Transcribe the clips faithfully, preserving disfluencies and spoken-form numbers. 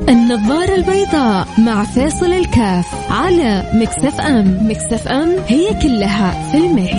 النظارة البيضاء مع فيصل الكاف على ميكس اف ام. ميكس اف ام هي كلها في الميكس.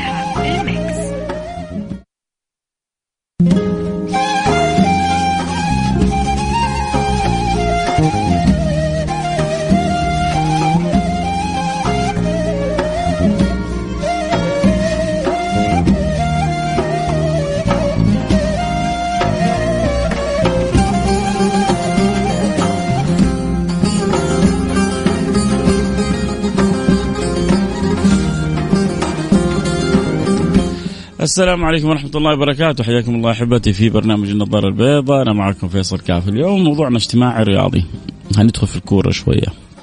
السلام عليكم ورحمة الله وبركاته. حياكم الله أحبتي في برنامج النظارة البيضاء. أنا معكم فيصل كاف. اليوم موضوعنا اجتماعي رياضي، هندخل في الكورة شوية.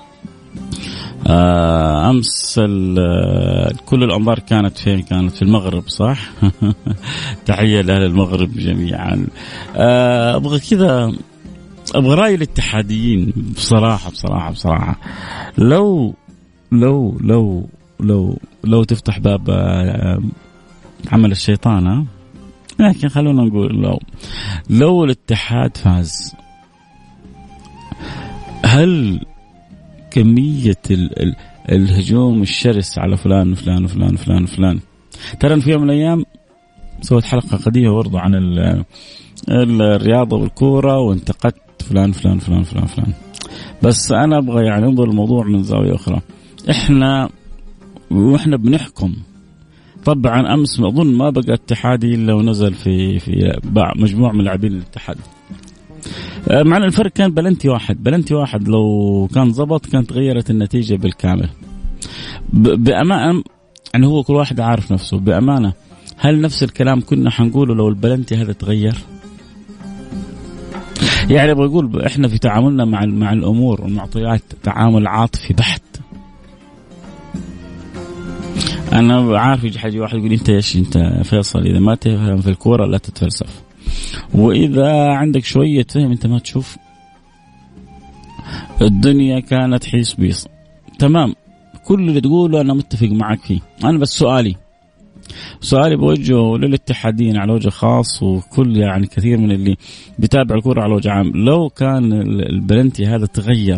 أمس كل الأنظار كانت فين؟ كانت في المغرب، صح؟ تحية لأهل المغرب جميعا. أبغى كذا أبغى رأي الاتحاديين بصراحة بصراحة بصراحة. لو لو لو لو لو تفتح باب عمل الشيطان، لكن خلونا نقول لو لو الاتحاد فاز، هل كمية ال ال الهجوم الشرس على فلان وفلان وفلان وفلان وفلان؟ ترى في يوم من الأيام سويت حلقة قديمة برضو عن الرياضة والكورة وانتقدت فلان فلان فلان فلان فلان، بس أنا أبغى يعني أنظر الموضوع من زاوية أخرى. إحنا وإحنا بنحكم، طبعا أمس أظن ما بقى اتحادي إلا ونزل في في مجموعة من لاعبين الاتحاد، مع أن الفرق كان بلنتي واحد بلنتي واحد لو كان ضبط كانت غيرت النتيجة بالكامل. بأمانة يعني هو كل واحد عارف نفسه. بأمانة هل نفس الكلام كنا حنقوله لو البلنتي هذا تغير؟ يعني بقول إحنا في تعاملنا مع مع الأمور والمعطيات تعامل عاطفي بحت. أنا عارف يجي حاجة واحد يقول أنت إيش أنت فيصل، إذا ما تفهم في الكورة لا تتفلسف، وإذا عندك شوية فهم أنت ما تشوف الدنيا كانت حيس بيص. تمام، كل اللي تقوله أنا متفق معك فيه. أنا بس سؤالي سؤالي بوجهه للاتحادين على وجه خاص، وكل يعني كثير من اللي بيتابع الكورة على وجه عام. لو كان البلنتي هذا تغير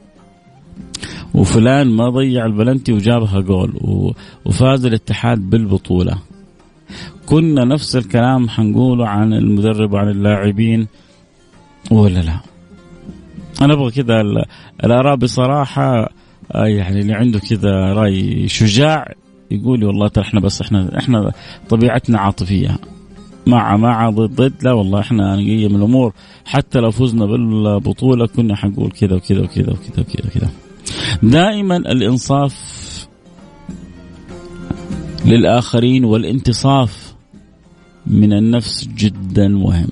وفلان ما ضيع البلنتي وجابها جول وفاز الاتحاد بالبطولة، كنا نفس الكلام حنقوله عن المدرب وعن اللاعبين ولا لا؟ أنا أبغى كذا الآراء بصراحة. يعني اللي عنده كذا رأي شجاع يقول والله ترى إحنا بس إحنا إحنا طبيعتنا عاطفية، مع مع ضد ضد. لا والله إحنا نقيم الأمور، حتى لو فزنا بالبطولة كنا حنقول كذا وكذا وكذا وكذا وكذا وكذا. دائما الإنصاف للآخرين والانتصاف من النفس جدا مهم.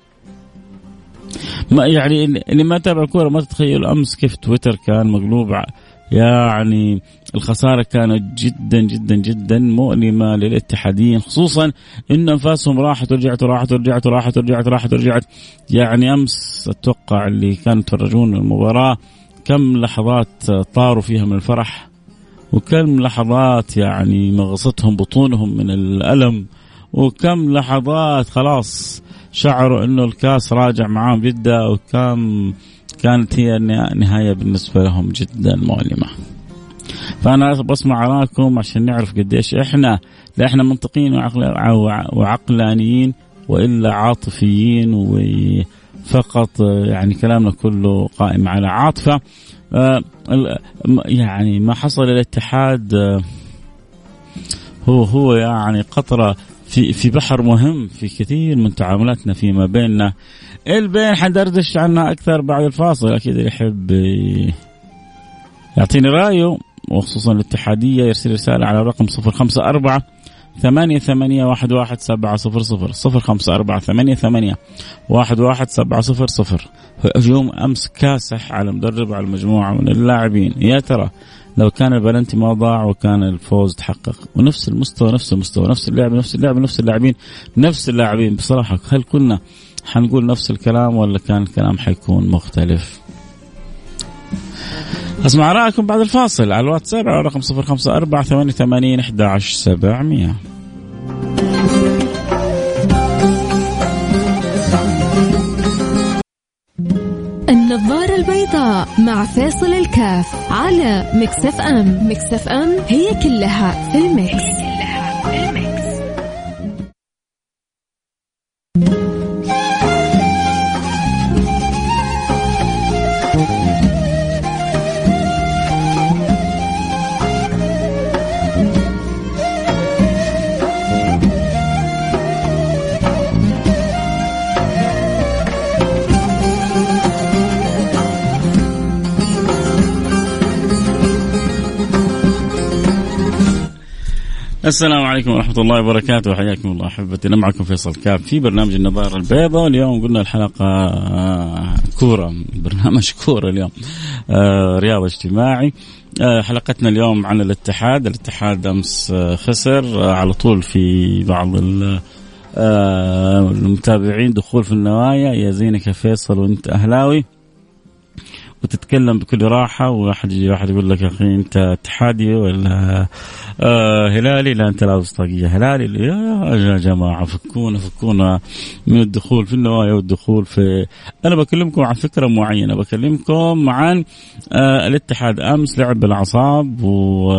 ما يعني اللي ما تابع الكورة ما تتخيل أمس كيف تويتر كان مقلوب. يعني الخسارة كانت جدا جدا جدا مؤلمة للاتحادين، خصوصا إن أنفاسهم راحت ورجعت وراحت ورجعت وراحت ورجعت وراحت ورجعت. يعني أمس أتوقع اللي كانوا يتفرجون المباراة كم لحظات طاروا فيها من الفرح، وكم لحظات يعني مغصتهم بطونهم من الألم، وكم لحظات خلاص شعروا إنه الكاس راجع معاهم جدا، وكم كانت هي النهاية بالنسبة لهم جدا مؤلمة. فأنا بسمع آراءكم عشان نعرف قديش إحنا لا إحنا منطقيين وعقلانيين وإلا عاطفيين وفقط يعني كلامنا كله قائم على عاطفة. يعني ما حصل الاتحاد هو هو يعني قطرة في في بحر مهم في كثير من تعاملاتنا فيما بيننا. البين حندردش عنها أكثر بعد الفاصل. أكيد اللي يحب يعطيني رأيه وخصوصا الاتحادية يرسل رسالة على رقم صفر خمسة أربعة ثمانية ثمانية واحد واحد سبعة صفر صفر صفر خمسة أربعة ثمانية ثمانية واحد واحد سبعة صفر صفر. هجوم أمس كاسح على مدرب على المجموعة من اللاعبين. يا ترى لو كان البلنتي ما ضاع وكان الفوز تحقق ونفس المستوى نفس المستوى نفس اللعب نفس اللعب نفس اللاعبين نفس اللاعبين، بصراحة هل كنا حنقول نفس الكلام ولا كان الكلام حيكون مختلف؟ أسمع رأيكم بعد الفاصل على الواتساب على رقم صفر خمسة أربعة ثمانية ثمانية واحد واحد سبعمية. النظارة النظارة البيضاء مع فاصل الكاف على ميكس اف ام. ميكس اف ام هي كلها في الميكس. السلام عليكم ورحمة الله وبركاته، حياكم الله أحبتي. أنا معكم فيصل كاف في برنامج النظارة البيضاء. اليوم قلنا الحلقة كورة، برنامج كورة اليوم، رياضة اجتماعي. حلقتنا اليوم عن الاتحاد. الاتحاد أمس خسر على طول في بعض المتابعين دخول في النوايا، يا زينك يا فيصل وانت أهلاوي وتتكلم بكل راحة، وواحد يجي واحد يقول لك يا أخي أنت اتحادي ولا آه هلالي؟ لا أنت لابس طاقية هلالي. يا جماعة فكونا فكونا من الدخول في النوايا والدخول في. أنا بكلمكم عن فكرة معينة، بكلمكم عن آه الاتحاد أمس لعب بالأعصاب و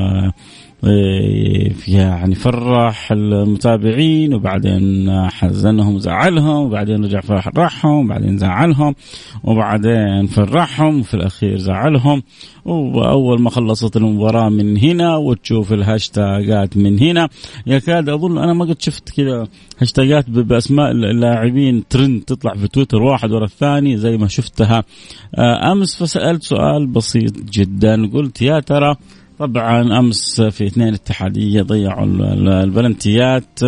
يعني فرح المتابعين، وبعدين حزنهم وزعلهم، وبعدين رجع فرحهم، وبعدين زعلهم، وبعدين فرحهم، وفي الأخير زعلهم. وأول ما خلصت المباراة من هنا وتشوف الهاشتاجات من هنا، يكاد أظن أنا ما قد شفت كذا هاشتاجات بأسماء اللاعبين ترند تطلع في تويتر واحد ورا الثاني زي ما شفتها أمس. فسألت سؤال بسيط جدا، قلت يا ترى طبعا أمس في اثنين اتحادية ضيعوا البلنتيات،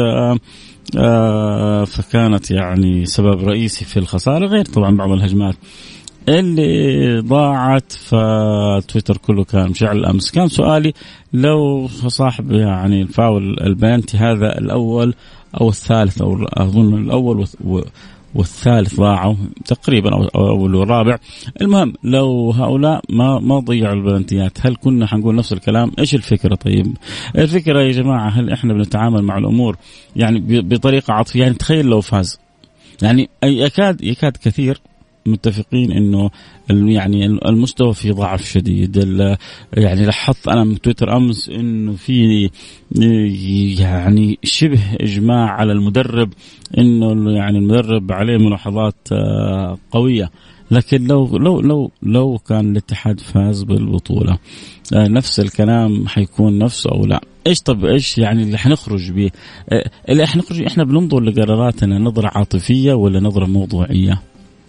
فكانت يعني سبب رئيسي في الخسارة، غير طبعا بعض الهجمات اللي ضاعت. فتويتر كله كان مشعل أمس. كان سؤالي لو صاحب يعني الفاول البلنتي هذا الأول أو الثالث، أو أظن الأول والثالث ضاعوا تقريبا، أو أول والرابع، المهم لو هؤلاء ما ما ضيعوا البلنتيات، هل كنا حنقول نفس الكلام؟ إيش الفكرة؟ طيب الفكرة يا جماعة، هل إحنا بنتعامل مع الأمور يعني بطريقة عاطفية؟ يعني تخيل لو فاز، يعني يكاد يكاد كثير متفقين إنه يعني المستوى في ضعف شديد. يعني لاحظت أنا من تويتر أمس إنه في يعني شبه إجماع على المدرب، إنه يعني المدرب عليه ملاحظات قوية. لكن لو لو لو لو كان الاتحاد فاز بالبطولة، نفس الكلام حيكون نفسه أو لا؟ إيش طب إيش يعني اللي حنخرج به؟ اللي حنخرج إحنا بننظر لقراراتنا نظرة عاطفية ولا نظرة موضوعية؟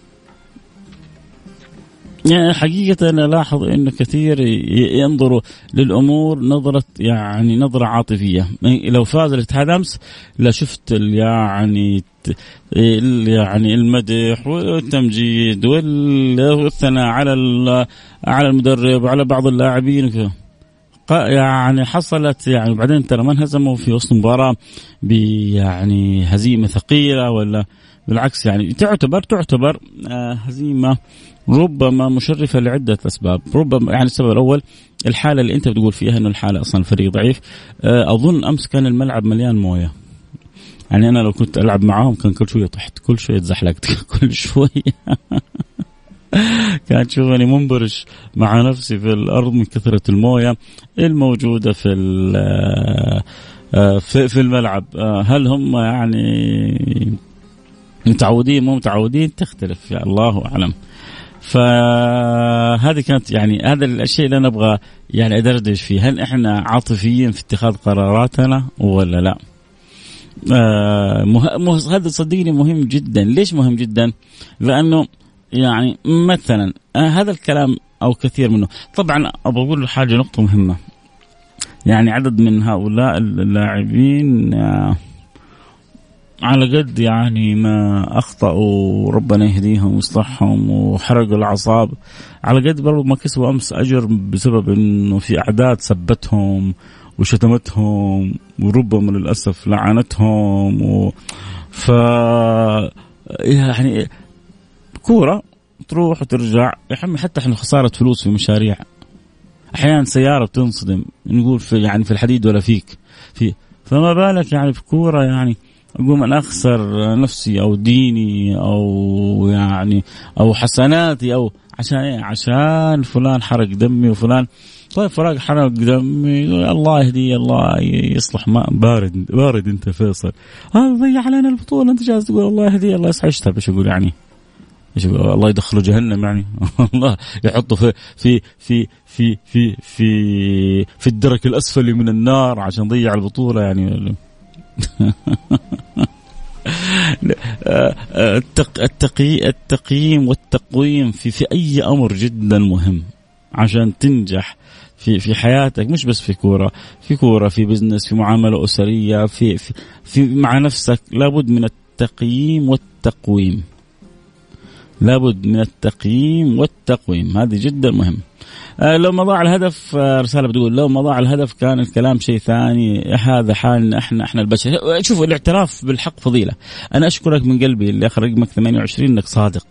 يعني حقيقة أنا لاحظ إنه كثير ينظروا للأمور نظرة يعني نظرة عاطفية. لو فاز الاتحاد أمس لا شفت يعني يعني المدح والتمجيد والثناء على على المدرب وعلى بعض اللاعبين، يعني حصلت يعني بعدين ترى ما انهزموا في وسط مباراة بيعني هزيمة ثقيلة، ولا بالعكس يعني تعتبر تعتبر هزيمة ربما مشرفة لعدة أسباب. ربما يعني السبب الأول الحالة اللي أنت بتقول فيها، إنه الحالة أصلا الفريق ضعيف. أظن أمس كان الملعب مليان موية، يعني أنا لو كنت ألعب معاهم كان كل شوية طحت، كل شوية تزحلقت، كل شوية كانت شوفني منبرش مع نفسي في الأرض من كثرة الموية الموجودة في في في الملعب. هل هم يعني متعودين مو متعودين؟ تختلف، يا الله أعلم. فهذه كانت يعني هذا الشيء اللي أنا أبغى يعني أدردش فيه. هل إحنا عاطفيين في اتخاذ قراراتنا ولا لا؟ آه مه... هذا صدقني مهم جدا. ليش مهم جدا؟ لأنه يعني مثلا آه هذا الكلام أو كثير منه، طبعا أبغى أقول حاجة نقطة مهمة. يعني عدد من هؤلاء اللاعبين آه على قد يعني ما أخطأوا ربنا يهديهم ويصلحهم وحرقوا الأعصاب، على قد برضو ما كسبوا أمس أجر بسبب إنه في أعداد سبتهم وشتمتهم وربما للأسف لعنتهم و... ف يعني كورة تروح وترجع يا حمي. حتى احنا خسارة فلوس في مشاريع، أحيانا سيارة بتنصدم نقول في يعني في الحديد ولا فيك في، فما بالك يعني في كورة. يعني أقوم أن أخسر نفسي أو ديني أو يعني أو حسناتي أو عشان إيه؟ عشان فلان حرق دمي وفلان. طيب فلان حرق دمي، الله يهديه الله يصلح، ما بارد بارد أنت فيصل، هذا ضيع علينا البطولة، أنت جالس تقول الله يهديه الله يصحى يشتغل. إيش يقول يعني؟ إيش يقول؟ الله يدخله جهنم يعني؟ الله يحطه في في في في في في في الدرك الأسفل من النار عشان ضيع البطولة يعني؟ التقي التقييم والتقويم في في أي أمر جدا مهم عشان تنجح في في حياتك، مش بس في كورة، في كورة في بزنس، في معاملة أسرية، في في, في مع نفسك. لابد من التقييم والتقويم، لابد من التقييم والتقويم، هذه جدا مهم. آه لو ما ضاع الهدف، آه رسالة بتقول لو ما ضاع الهدف كان الكلام شيء ثاني، هذا حالنا احنا احنا البشر. شوفوا الاعتراف بالحق فضيلة. انا اشكرك من قلبي اللي اخر رقمك ثمانية وعشرين انك صادق،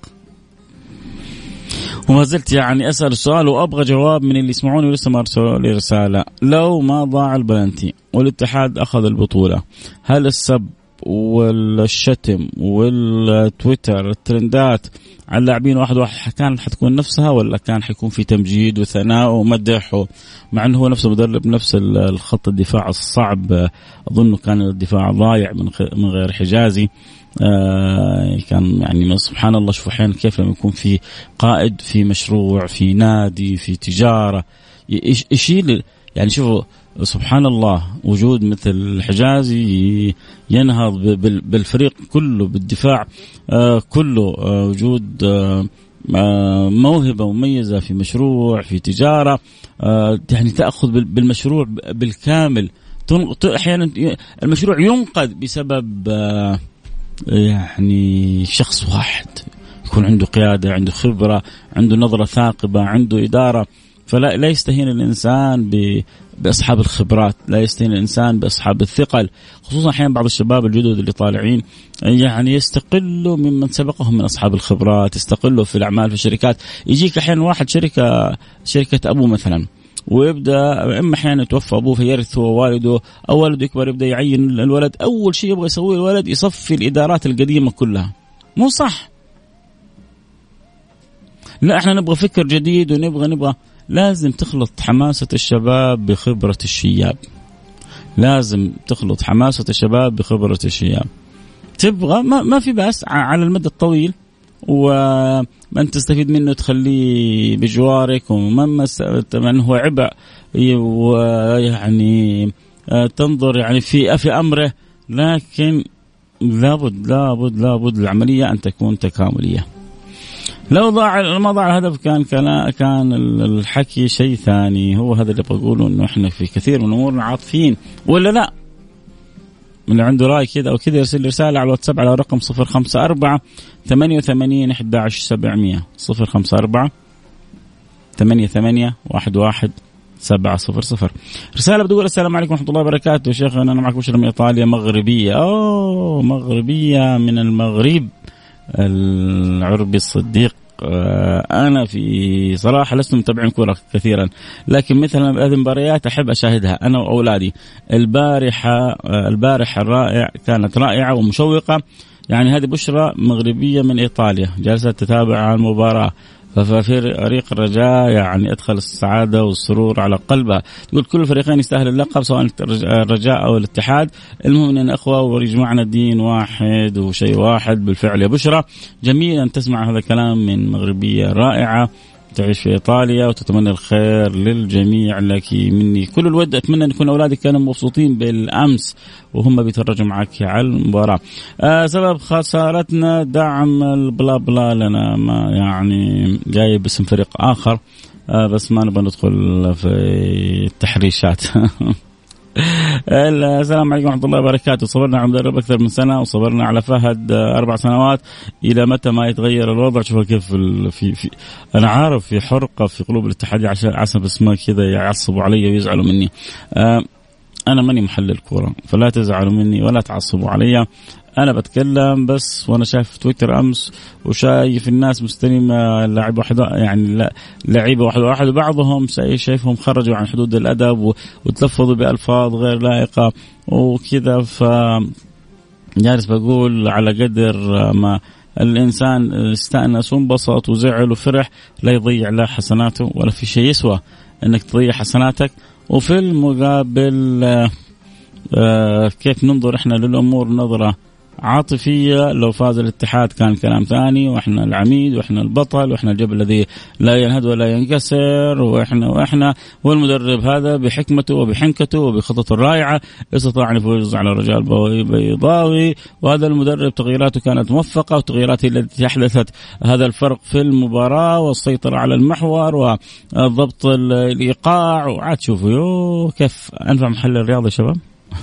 وما زلت يعني اسال السؤال وابغى جواب من اللي يسمعوني ولسه ما ارسلوا لي رسالة. لو ما ضاع البلنتي والاتحاد اخذ البطولة، هل السب والشتم والتويتر الترندات على اللاعبين واحد واحد كان حتكون نفسها، ولا كان حيكون في تمجيد وثناء ومدح؟ مع أنه هو نفسه مدرب نفس الخط الدفاع الصعب، أظنه كان الدفاع ضايع من غير حجازي. آه كان يعني سبحان الله، شوفوا أحيانا كيف لما يكون في قائد في مشروع في نادي في تجارة يشيل، يعني شوفوا سبحان الله، وجود مثل حجازي ينهض بالفريق كله بالدفاع آه كله، آه وجود آه موهبة مميزة في مشروع في تجارة، آه يعني تأخذ بالمشروع بالكامل. أحيانا المشروع ينقذ بسبب آه يعني شخص واحد يكون عنده قيادة، عنده خبرة، عنده نظرة ثاقبة، عنده إدارة. فلا لا يستهين الإنسان بأصحاب الخبرات، لا يستهين الإنسان بأصحاب الثقل. خصوصا أحيانا بعض الشباب الجدد اللي طالعين يعني يستقلوا ممن سبقهم من أصحاب الخبرات، يستقلوا في الأعمال في الشركات. يجيك أحيانا واحد شركة شركة أبوه مثلا، ويبدأ إما أحيانا يتوفى أبوه فيرث هو والده، أو والده يكبر يبدأ يعين الولد. أول شيء يبغى يسويه الولد يصفي الإدارات القديمة كلها. مو صح، لا احنا نبغى فكر جديد ونبغى نبغى لازم تخلط حماسة الشباب بخبرة الشياب، لازم تخلط حماسة الشباب بخبرة الشياب. تبغى ما, ما في بأس على المدى الطويل، ومن تستفيد منه تخليه بجوارك، ومن من هو عبء ويعني تنظر يعني في في أمره، لكن لابد لابد لابد العملية أن تكون تكاملية. لو ضاع ما ضاع الهدف كان كان كان الحكي شيء ثاني. هو هذا اللي بقوله، إنه إحنا في كثير من الأمور عاطفيين ولا لا. اللي عنده رأي كذا أو كذا يرسل رسالة على الواتساب على رقم صفر خمسة أربعة ثمانية وثمانين أحد عشر سبعمية صفر خمسة أربعة ثمانية ثمانية واحد واحد سبعة صفر صفر. رسالة بتقول السلام عليكم ورحمة الله وبركاته شيخ، أنا معك بشرى من إيطاليا مغربية. أوه مغربية من المغرب العربي الصديق. أنا في صراحة لست متابعين كرة كثيرا، لكن مثلا هذه المباريات أحب أشاهدها أنا وأولادي. البارحة البارحة الرائع كانت رائعة ومشوقة. يعني هذه بشرى مغربية من إيطاليا جالسة تتابع المباراة، ففريق الرجاء يعني أدخل السعادة والسرور على قلبها. تقول كل الفريقين يستاهل اللقب سواء الرجاء أو الاتحاد، المهم أن أخوة ويجمعنا دين واحد وشيء واحد. بالفعل يا بشرى، جميل أن تسمع هذا الكلام من مغربية رائعة تعيش في إيطاليا، وتتمنى الخير للجميع. لك مني كل الود، أتمنى أن يكون أولادك كانوا مبسوطين بالأمس وهم بيتفرجوا معك على المباراة. آه سبب خسارتنا دعم البلا بلا لنا، ما يعني جاي باسم فريق آخر، آه بس ما نبغى ندخل في التحريشات. السلام عليكم ورحمة الله وبركاته. صبرنا على مدرب أكثر من سنة، وصبرنا على فهد أربع سنوات، إلى متى ما يتغير الوضع؟ شوف كيف في, في أنا عارف في حرقة في قلوب الاتحاد عشان عصب اسمه كذا يعصبوا علي ويزعلوا مني. أه أنا ماني محلل كورة، فلا تزعلوا مني ولا تعصبوا علي. أنا بتكلم بس وأنا شايف تويتر أمس وشايف الناس مستلمة لاعب واحد، يعني لاعيبة واحد واحد، وبعضهم شايفهم خرجوا عن حدود الأدب وتلفظوا بألفاظ غير لائقة وكذا. ف جالس بقول على قدر ما الإنسان استأنس وانبسط وزعل وفرح لا يضيع لا حسناته ولا في شيء يسوى أنك تضيع حسناتك. وفي المقابل آه كيف ننظر إحنا للأمور نظرة عاطفية. لو فاز الاتحاد كان كلام ثاني، وإحنا العميد وإحنا البطل وإحنا الجبل الذي لا ينهد ولا ينكسر، وإحنا وإحنا والمدرب هذا بحكمته وبحنكته وبخطته الرائعة استطاع أن يفوز على رجال بيضاوي، وهذا المدرب تغييراته كانت موفقة، وتغييراته التي أحدثت هذا الفرق في المباراة والسيطرة على المحور وضبط الإيقاع. وعاد شوفوا يو كيف أنفع محل الرياضة يا شباب.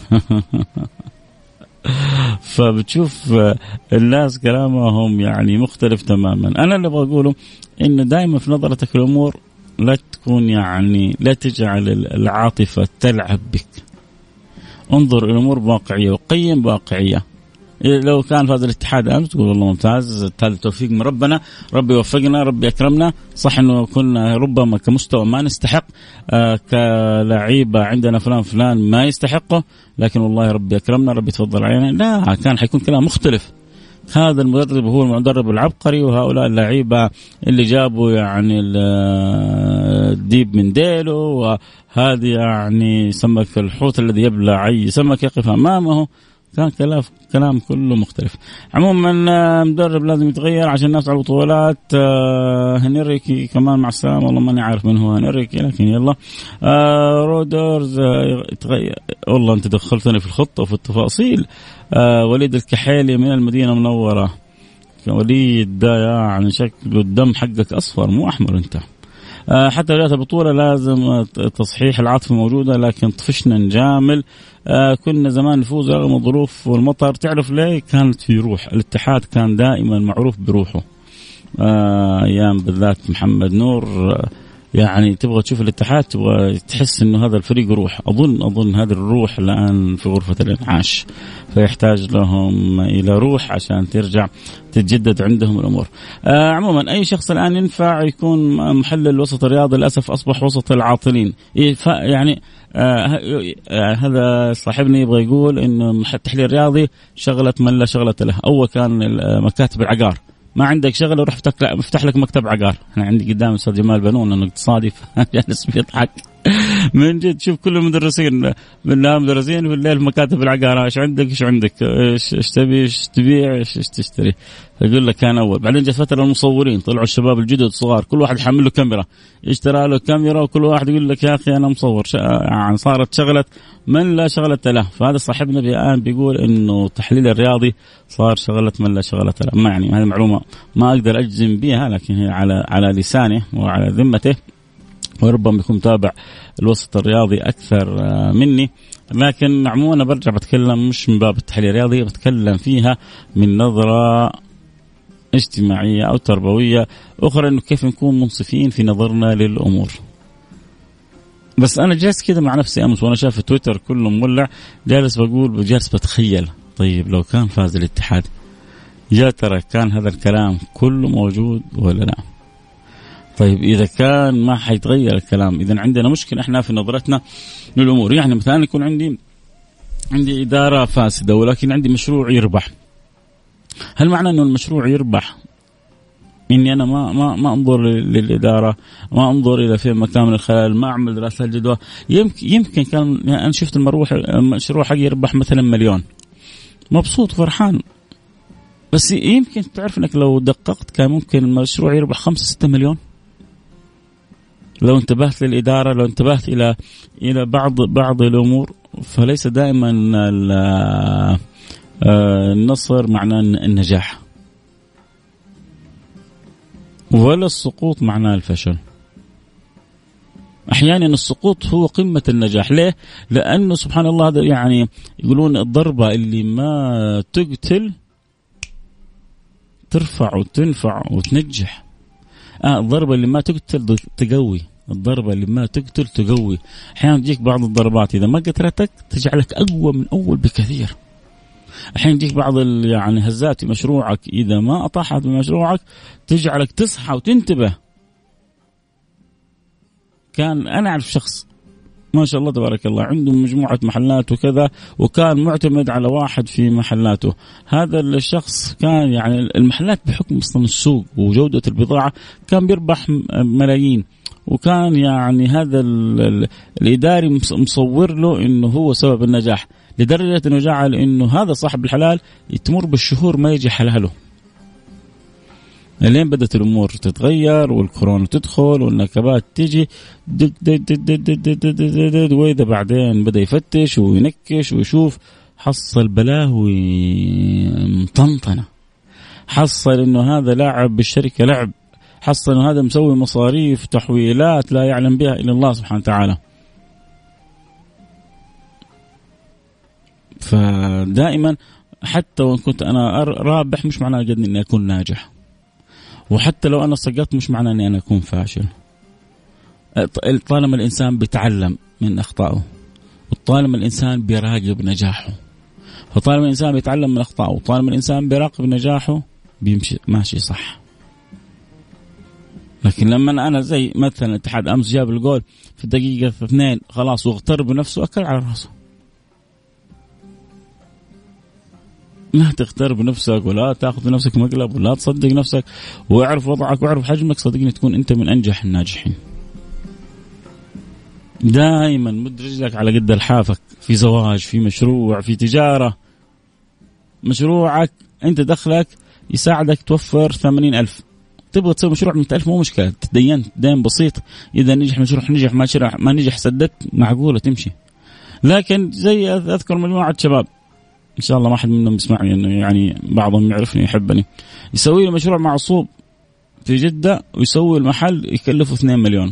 فبتشوف الناس كلامهم يعني مختلف تماما. أنا اللي بقوله إن دائما في نظرتك الأمور لا تكون يعني لا تجعل العاطفة تلعب بك. انظر الأمور بواقعية وقيم بواقعية. لو كان فاز الاتحاد أمس تقول والله ممتاز، هذا التوفيق من ربنا، ربي وفقنا، ربي أكرمنا. صح إنه كنا ربما كمستوى ما نستحق، آه كلاعيبة عندنا فلان فلان ما يستحقه، لكن والله ربي أكرمنا، ربي تفضل علينا. لا، كان حيكون كلام مختلف. هذا المدرب هو المدرب العبقري، وهؤلاء اللاعيبة اللي جابوا يعني الديب من ديله، وهذه يعني سمك الحوت الذي يبلع أي سمك يقف أمامه. كان كلام كلام كله مختلف. عموما مدرب لازم يتغير عشان الناس على البطولات. آه هنريكي كمان مع السلامة، والله ماني عارف من هو هنريكي، لكن يلا. آه رودرز آه يتغير. والله أنت دخلتني في الخطة وفي التفاصيل. آه وليد الكحيلي من المدينة المنورة. وليد ده يعني شكله الدم حقك أصفر مو أحمر أنت. آه حتى بداية البطولة لازم تصحيح العاطفة موجودة، لكن طفشنا نجامل. آه كنا زمان نفوز رغم الظروف والمطر. تعرف ليه؟ كانت في روح. الاتحاد كان دائما معروف بروحه. آه أيام بالذات محمد نور. آه يعني تبغى تشوف الاتحاد، تبغى تحس إنه هذا الفريق روح. أظن أظن هذه الروح الآن في غرفة الإنعاش، فيحتاج لهم إلى روح عشان ترجع تتجدد عندهم الأمور. آه عموما أي شخص الآن ينفع يكون محلل الوسط الرياضي للأسف أصبح وسط العاطلين. يعني آه آه هذا صاحبني يبغى يقول إنه التحليل الرياضي شغلة من لا شغلة له. أول كان مكاتب العقار، ما عندك شغله وروح افتح لك مكتب عقار. انا عندي قدام الاستاذ جمال بنون انه اقتصادي جالس بيضحك من جد. شوف كل المدرسين بالنهار مدرسين، بالليل مكاتب العقار. ايش عندك ايش عندك ايش ايش تبي ايش تبيع ايش ايش تشتري. يقول لك كان اول. بعدين جت فتره المصورين، طلعوا الشباب الجدد الصغار، كل واحد حامل له كاميرا، اشترى له كاميرا، وكل واحد يقول لك يا اخي انا مصور. يعني صارت شغله من لا شغله له. فهذا صاحبنا الان بيقول انه تحليل الرياضي صار شغله من لا شغله له. ما يعني هذه معلومه ما اقدر اجزم بها، لكن هي على على لسانه وعلى ذمته، وربما يكون تابع الوسط الرياضي أكثر مني. لكن عموما أنا برجع بتكلم مش من باب التحليل الرياضي، بتكلم فيها من نظرة اجتماعية أو تربوية أخرى، إنه كيف نكون منصفين في نظرنا للأمور. بس أنا جالس كده مع نفسي أمس وأنا شايف تويتر كله مولع، جالس بقول جالس بتخيل طيب لو كان فاز الاتحاد يا ترى كان هذا الكلام كله موجود ولا لا؟ طيب إذا كان ما حيتغير الكلام، إذا عندنا مشكلة إحنا في نظرتنا للأمور. يعني مثلا يكون عندي عندي إدارة فاسدة ولكن عندي مشروع يربح، هل معنى إنه المشروع يربح إني أنا ما ما ما أنظر للإدارة، ما أنظر إلى في مكان من الخلال، ما أعمل دراسة جدوى؟ يمكن يمكن كان يعني أنا شفت المروح المشروع حقي يربح مثلا مليون، مبسوط فرحان، بس يمكن تعرف إنك لو دققت كان ممكن المشروع يربح خمسة ستة مليون لو انتبهت للإدارة، لو انتبهت إلى إلى بعض بعض الأمور. فليس دائما النصر معناه النجاح، ولا السقوط معناه الفشل. أحيانا السقوط هو قمة النجاح. ليه؟ لأنه سبحان الله هذا يعني يقولون الضربة اللي ما تقتل ترفع وتنفع وتنجح. آه الضربة اللي ما تقتل تقوي، الضربة اللي ما تقتل تقوي. أحيانا تجيك بعض الضربات إذا ما قتلتك تجعلك أقوى من أول بكثير. أحيانا تجيك بعض يعني هزات في مشروعك إذا ما أطاحت بمشروعك تجعلك تصحى وتنتبه. كان أنا أعرف شخص ما شاء الله تبارك الله، عنده مجموعة محلات وكذا، وكان معتمد على واحد في محلاته. هذا الشخص كان يعني المحلات بحكم أصلا السوق وجودة البضاعة كان بيربح ملايين، وكان يعني هذا الإداري مصور له إنه هو سبب النجاح، لدرجة إنه جعل إنه هذا صاحب الحلال تمر بالشهور ما يجي حلاله. لين بدأت الأمور تتغير والكورونا تدخل والنكبات تيجي دد دد دد دد دد دد، وإذا بعدين بدأ يفتش وينكش ويشوف، حصل بلاوي مطنطنة، حصل إنه هذا لاعب بالشركة لعب، حصل إنه هذا مسوي مصاريف تحويلات لا يعلم بها إلا الله سبحانه وتعالى. فدائما حتى وإن كنت أنا رابح مش معناه قد إني أكون ناجح، وحتى لو أنا سقطت مش معناه أني أنا أكون فاشل. طالما الإنسان بيتعلم من أخطائه، وطالما الإنسان بيراقب نجاحه، فطالما الإنسان بيتعلم من أخطائه، وطالما الإنسان بيراقب نجاحه بيمشي ماشي صح. لكن لما أنا زي مثلا الاتحاد أمس جاب الجول في الدقيقة اثنين خلاص واغترب بنفسه، أكل على رأسه. لا تختار بنفسك ولا تأخذ بنفسك مقلب ولا تصدق نفسك، واعرف وضعك واعرف حجمك، صدقني تكون أنت من أنجح الناجحين. دائما مد رجلك على قد الحافك، في زواج، في مشروع، في تجارة. مشروعك أنت دخلك يساعدك توفر ثمانين ألف، تبغى تسوي مشروع مئة ألف مو مشكلة، تدين دين بسيط، إذا نجح مشروع نجح، ما شرح ما نجح سددت، معقولة تمشي. لكن زي أذكر مجموعة شباب إن شاء الله ما حد منهم يسمعني، إنه يعني بعضهم يعرفني يحبني، يسوي له مشروع معصوب في جدة ويسوي المحل يكلفه اثنين مليون.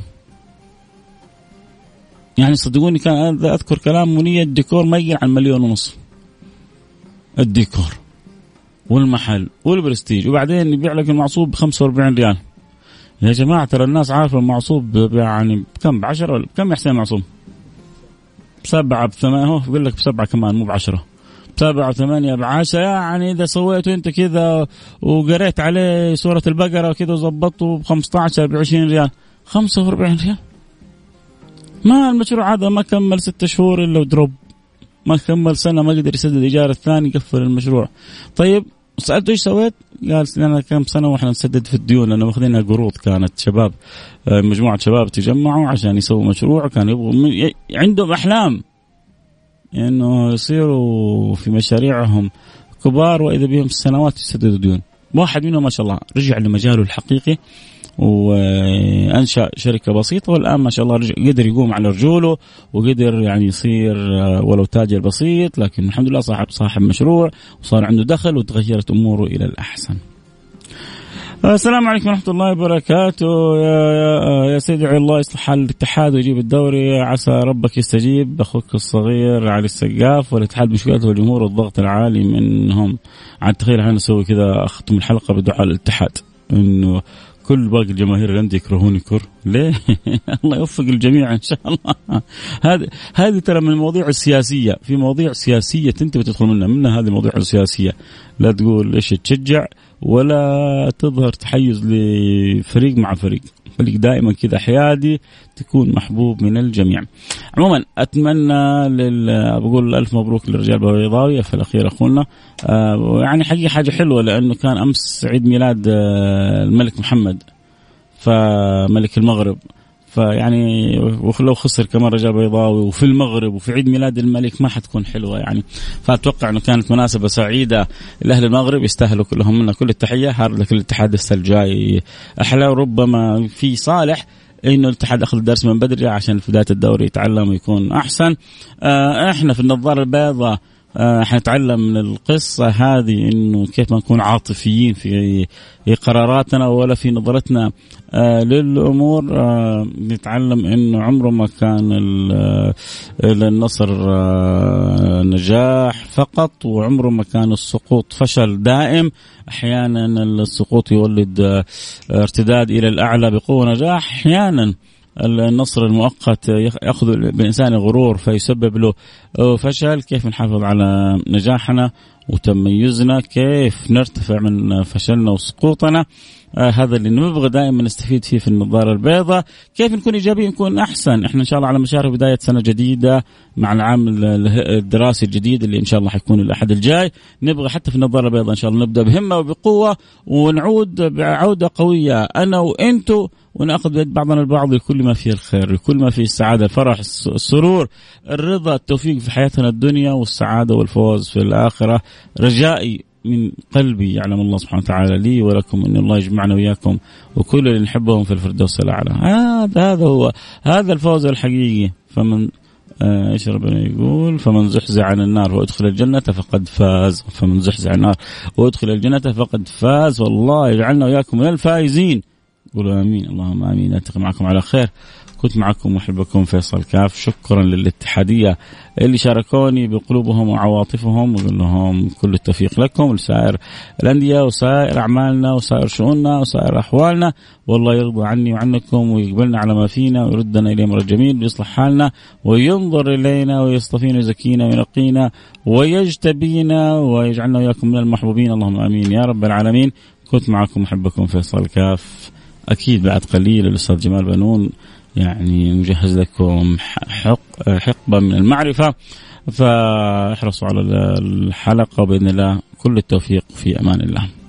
يعني صدقوني كان أذكر كلام منية، الديكور ما يقل عن مليون ونص، الديكور والمحل والبرستيج، وبعدين يبيع لك المعصوب بخمسة وأربعين ريال. يا جماعة ترى الناس عارفة المعصوب يعني بكم، بعشرة ولا كم يحسن المعصوب؟ بسبعة بثمانية، هو بيقول لك بسبعة كمان مو بعشرة، سبعة ثمانية بعشرة. يعني إذا سويته أنت كذا وقريت عليه سورة البقرة وكذا وزبطته بخمسة عشر بعشرين ريال، خمسة وأربعين ريال. ما المشروع هذا ما كمل ستة شهور إلا ودروب، ما كمل سنة ما قدر يسدد إيجار الثاني، قفل المشروع. طيب سألته إيش سويت؟ قال لنا كم سنة وإحنا نسدد في الديون، لأنه ماخذينها قروض. كانت شباب مجموعة شباب تجمعوا عشان يسووا مشروع، كان يبغوا عندهم أحلام إنه يصيروا في مشاريعهم كبار، وإذا بهم سنوات يسددوا ديون. واحد منهم ما شاء الله رجع لمجاله الحقيقي وأنشأ شركة بسيطة، والآن ما شاء الله رجع قدر يقوم على رجوله، وقدر يعني يصير ولو تاجر بسيط، لكن الحمد لله صاحب صاحب مشروع وصار عنده دخل وتغيرت أموره إلى الأحسن. السلام عليكم ورحمة الله وبركاته. يا, يا, يا سيدي الله يصلح حال الاتحاد ويجيب الدوري، عسى ربك يستجيب. أخوك الصغير علي السقاف، والاتحاد مشكلته والجمهور والضغط العالي منهم. عاد تخيل احنا نسوي كذا، أختم الحلقة بدعاء الاتحاد إنه كل باقي الجماهير اللي عندي يكرهوني كر ليه؟ الله يوفق الجميع إن شاء الله. هذه هذه ترى من المواضيع السياسية، في مواضيع سياسية أنت بتدخل منها منها هذه المواضيع السياسية، لا تقول إيش تشجع ولا تظهر تحيز لفريق مع فريق، فريق دائما كذا حيادي، تكون محبوب من الجميع. عموما أتمنى لل... بقول ألف مبروك للرجال البيضاوي في الأخير أخونا. آه يعني حقيقة حاجة حلوة، لأنه كان أمس عيد ميلاد آه الملك محمد، فملك المغرب، فيعني ولو خسر كمان رجال بيضاوي وفي المغرب وفي عيد ميلاد الملك ما حتكون حلوة يعني. فأتوقع أنه كانت مناسبة سعيدة لأهل المغرب، يستاهلوا كلهم منا كل التحية. هارد لك الاتحاد السنة الجاي أحلى، وربما في صالح إنه الاتحاد أخذ الدرس من بدري عشان في بداية الدوري يتعلم ويكون أحسن. آه إحنا في النظارة البيضاء آه حنتعلم من القصة هذه إنه كيف ما نكون عاطفيين في قراراتنا ولا في نظرتنا آه للأمور. آه نتعلم إنه عمره ما كان النصر آه نجاح فقط، وعمره ما كان السقوط فشل دائم. أحيانا السقوط يولد آه ارتداد إلى الأعلى بقوة نجاح، أحيانا النصر المؤقت يأخذ بالإنسان غرور فيسبب له فشل. كيف نحافظ على نجاحنا وتميزنا، كيف نرتفع من فشلنا وسقوطنا. آه هذا اللي نبغى دائما نستفيد فيه في النظارة البيضاء. كيف نكون إيجابيين نكون أحسن. إحنا إن شاء الله على مشارف بداية سنة جديدة مع العام الدراسي الجديد اللي إن شاء الله حيكون الأحد الجاي. نبغى حتى في النظارة البيضاء إن شاء الله نبدأ بهمة وبقوة ونعود بعودة قوية أنا وإنتو، ونأخذ بيد بعضنا البعض لكل ما فيه الخير، لكل ما فيه السعادة، الفرح، السرور، الرضا، التوفيق في حياتنا الدنيا، والسعادة والفوز في الآخرة. رجائي من قلبي يعلم الله سبحانه وتعالى لي ولكم أن الله يجمعنا وياكم وكل اللي نحبهم في الفردوس الأعلى. هذا هذا هو هذا الفوز الحقيقي. فمن آه ايش ربنا يقول؟ فمن زحزح عن النار وادخل الجنة فقد فاز. فمن زحزح عن النار وادخل الجنة فقد فاز. والله يجعلنا وياكم من الفائزين. قولوا آمين. اللهم آمين. ألتقي معكم على خير. كنت معكم محبكم فيصل كاف. شكرا للاتحادية اللي شاركوني بقلوبهم وعواطفهم، وقال لهم كل التوفيق لكم لسائر الأندية وسائر أعمالنا وسائر شؤوننا وسائر أحوالنا. والله يرضى عني وعنكم ويقبلنا على ما فينا ويردنا إليه مرة جميل ويصلح حالنا وينظر إلينا ويصطفينا ويزكينا وينقينا ويجتبينا ويجعلنا وياكم من المحبوبين. اللهم آمين يا رب العالمين. كنت معكم محبكم فيصل كاف. أكيد بعد قليل الأستاذ جمال بنون يعني مجهز لكم حقبة من المعرفة، فاحرصوا على الحلقة. وبإذن الله كل التوفيق في أمان الله.